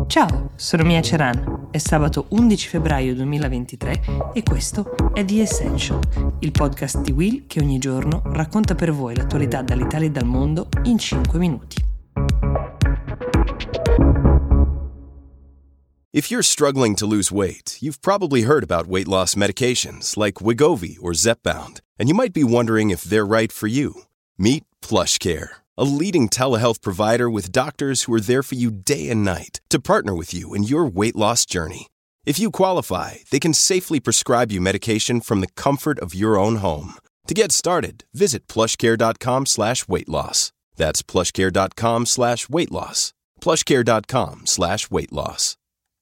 Ciao, sono Mia Ceran, è sabato 11 febbraio 2023 e questo è The Essential, il podcast di Will che ogni giorno racconta per voi l'attualità dall'Italia e dal mondo in 5 minuti. If you're struggling to lose weight, you've probably heard about weight loss medications like Wegovy or Zepbound, and you might be wondering if they're right for you. Meet PlushCare, a leading telehealth provider with doctors who are there for you day and night to partner with you in your weight loss journey. If you qualify, they can safely prescribe you medication from the comfort of your own home. To get started, visit plushcare.com/weightloss. That's plushcare.com/weightloss. plushcare.com/weightloss.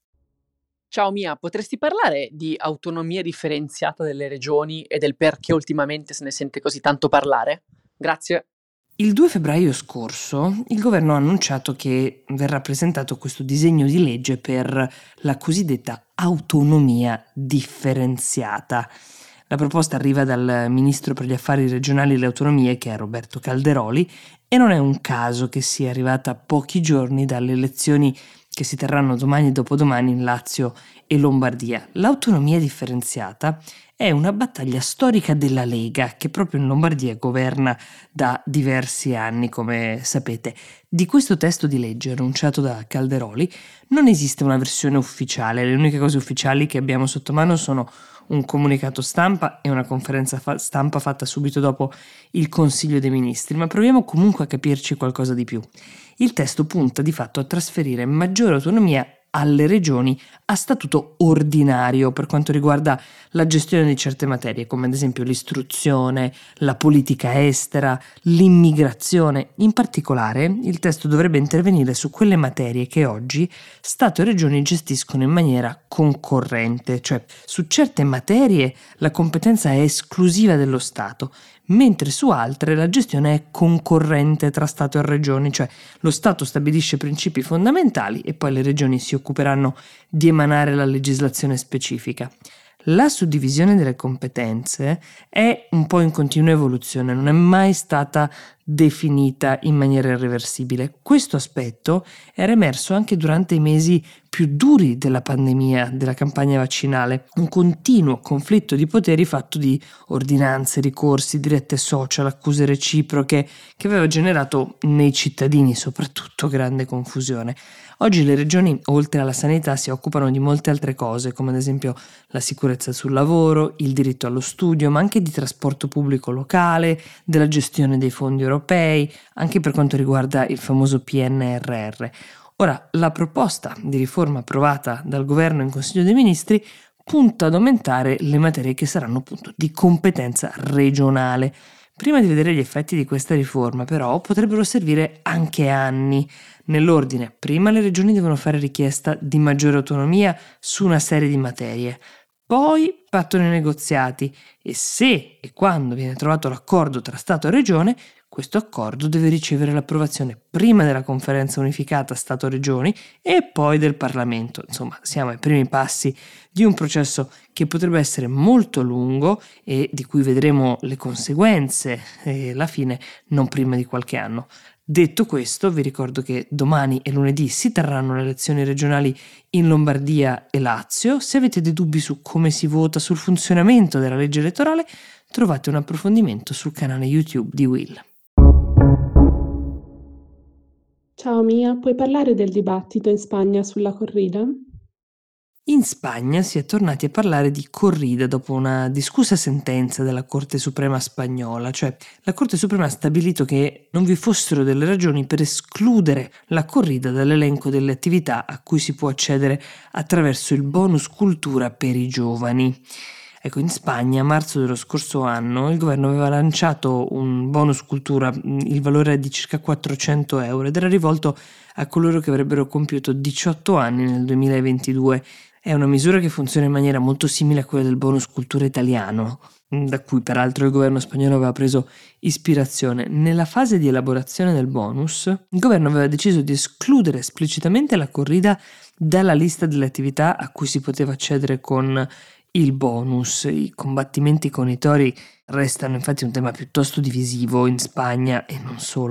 Ciao Mia, potresti parlare di autonomia differenziata delle regioni e del perché ultimamente se ne sente così tanto parlare? Grazie. Il 2 febbraio scorso il governo ha annunciato che verrà presentato questo disegno di legge per la cosiddetta autonomia differenziata. La proposta arriva dal ministro per gli affari regionali e le autonomie, che è Roberto Calderoli, e non è un caso che sia arrivata a pochi giorni dalle elezioni che si terranno domani e dopodomani in Lazio e Lombardia. L'autonomia differenziata è una battaglia storica della Lega che proprio in Lombardia governa da diversi anni, come sapete. Di questo testo di legge annunciato da Calderoli non esiste una versione ufficiale, le uniche cose ufficiali che abbiamo sotto mano sono un comunicato stampa e una conferenza stampa fatta subito dopo il Consiglio dei Ministri, ma proviamo comunque a capirci qualcosa di più. Il testo punta di fatto a trasferire maggiore autonomia alle regioni a statuto ordinario per quanto riguarda la gestione di certe materie, come ad esempio l'istruzione, la politica estera, l'immigrazione. In particolare, il testo dovrebbe intervenire su quelle materie che oggi Stato e regioni gestiscono in maniera concorrente, cioè su certe materie la competenza è esclusiva dello Stato, mentre su altre la gestione è concorrente tra Stato e regioni, cioè lo Stato stabilisce principi fondamentali e poi le regioni si occuperanno di emanare la legislazione specifica. La suddivisione delle competenze è un po' in continua evoluzione, non è mai stata definita in maniera irreversibile. Questo aspetto era emerso anche durante i mesi più duri della pandemia, della campagna vaccinale, un continuo conflitto di poteri fatto di ordinanze, ricorsi, dirette social, accuse reciproche, che aveva generato nei cittadini soprattutto grande confusione. Oggi le regioni, oltre alla sanità, si occupano di molte altre cose, come ad esempio la sicurezza sul lavoro, il diritto allo studio, ma anche di trasporto pubblico locale, della gestione dei fondi europei, anche per quanto riguarda il famoso PNRR. Ora, la proposta di riforma approvata dal governo in Consiglio dei Ministri punta ad aumentare le materie che saranno appunto di competenza regionale. Prima di vedere gli effetti di questa riforma, però, potrebbero servire anche anni. Nell'ordine, prima le regioni devono fare richiesta di maggiore autonomia su una serie di materie, poi partono i negoziati e se e quando viene trovato l'accordo tra Stato e Regione, questo accordo deve ricevere l'approvazione prima della conferenza unificata Stato-Regioni e poi del Parlamento. Insomma, siamo ai primi passi di un processo che potrebbe essere molto lungo e di cui vedremo le conseguenze e la fine non prima di qualche anno. Detto questo, vi ricordo che domani e lunedì si terranno le elezioni regionali in Lombardia e Lazio. Se avete dei dubbi su come si vota, sul funzionamento della legge elettorale, trovate un approfondimento sul canale YouTube di Will. Ciao Mia, puoi parlare del dibattito in Spagna sulla corrida? In Spagna si è tornati a parlare di corrida dopo una discussa sentenza della Corte Suprema spagnola, cioè la Corte Suprema ha stabilito che non vi fossero delle ragioni per escludere la corrida dall'elenco delle attività a cui si può accedere attraverso il bonus cultura per i giovani. Ecco, in Spagna, a marzo dello scorso anno, il governo aveva lanciato un bonus cultura, il valore è di circa 400 euro ed era rivolto a coloro che avrebbero compiuto 18 anni nel 2022. È una misura che funziona in maniera molto simile a quella del bonus cultura italiano, da cui peraltro il governo spagnolo aveva preso ispirazione. Nella fase di elaborazione del bonus, il governo aveva deciso di escludere esplicitamente la corrida dalla lista delle attività a cui si poteva accedere con il bonus. I combattimenti con i tori restano infatti un tema piuttosto divisivo in Spagna e non solo,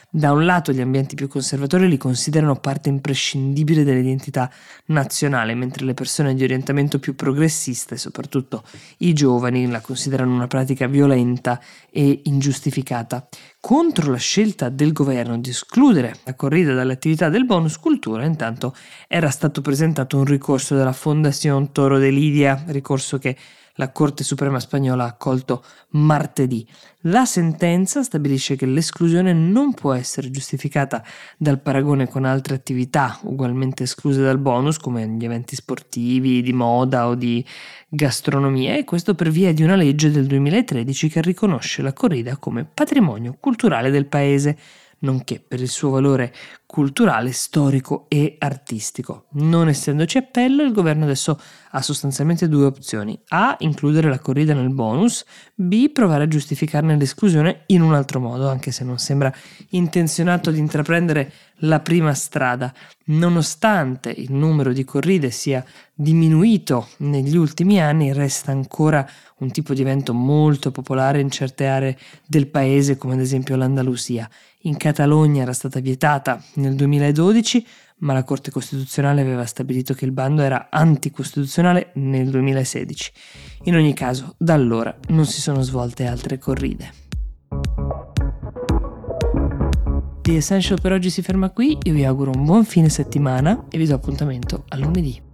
Da un lato gli ambienti più conservatori li considerano parte imprescindibile dell'identità nazionale, mentre le persone di orientamento più progressista e soprattutto i giovani la considerano una pratica violenta e ingiustificata. Contro la scelta del governo di escludere la corrida dall'attività del bonus cultura, intanto era stato presentato un ricorso della Fondación Toro de Lidia, ricorso che la Corte Suprema spagnola ha accolto martedì. La sentenza stabilisce che l'esclusione non può essere giustificata dal paragone con altre attività ugualmente escluse dal bonus, come gli eventi sportivi, di moda o di gastronomia, e questo per via di una legge del 2013 che riconosce la corrida come patrimonio culturale del paese, nonché per il suo valore culturale, storico e artistico. Non essendoci appello, il governo adesso ha sostanzialmente due opzioni: A, includere la corrida nel bonus, B, provare a giustificarne l'esclusione in un altro modo, anche se non sembra intenzionato ad intraprendere la prima strada. Nonostante il numero di corride sia diminuito negli ultimi anni, resta ancora un tipo di evento molto popolare in certe aree del paese, come ad esempio l'Andalusia. In Catalogna era stata vietata nel 2012, ma la Corte Costituzionale aveva stabilito che il bando era anticostituzionale nel 2016. In ogni caso, da allora non si sono svolte altre corride. The Essential per oggi si ferma qui, io vi auguro un buon fine settimana e vi do appuntamento a lunedì.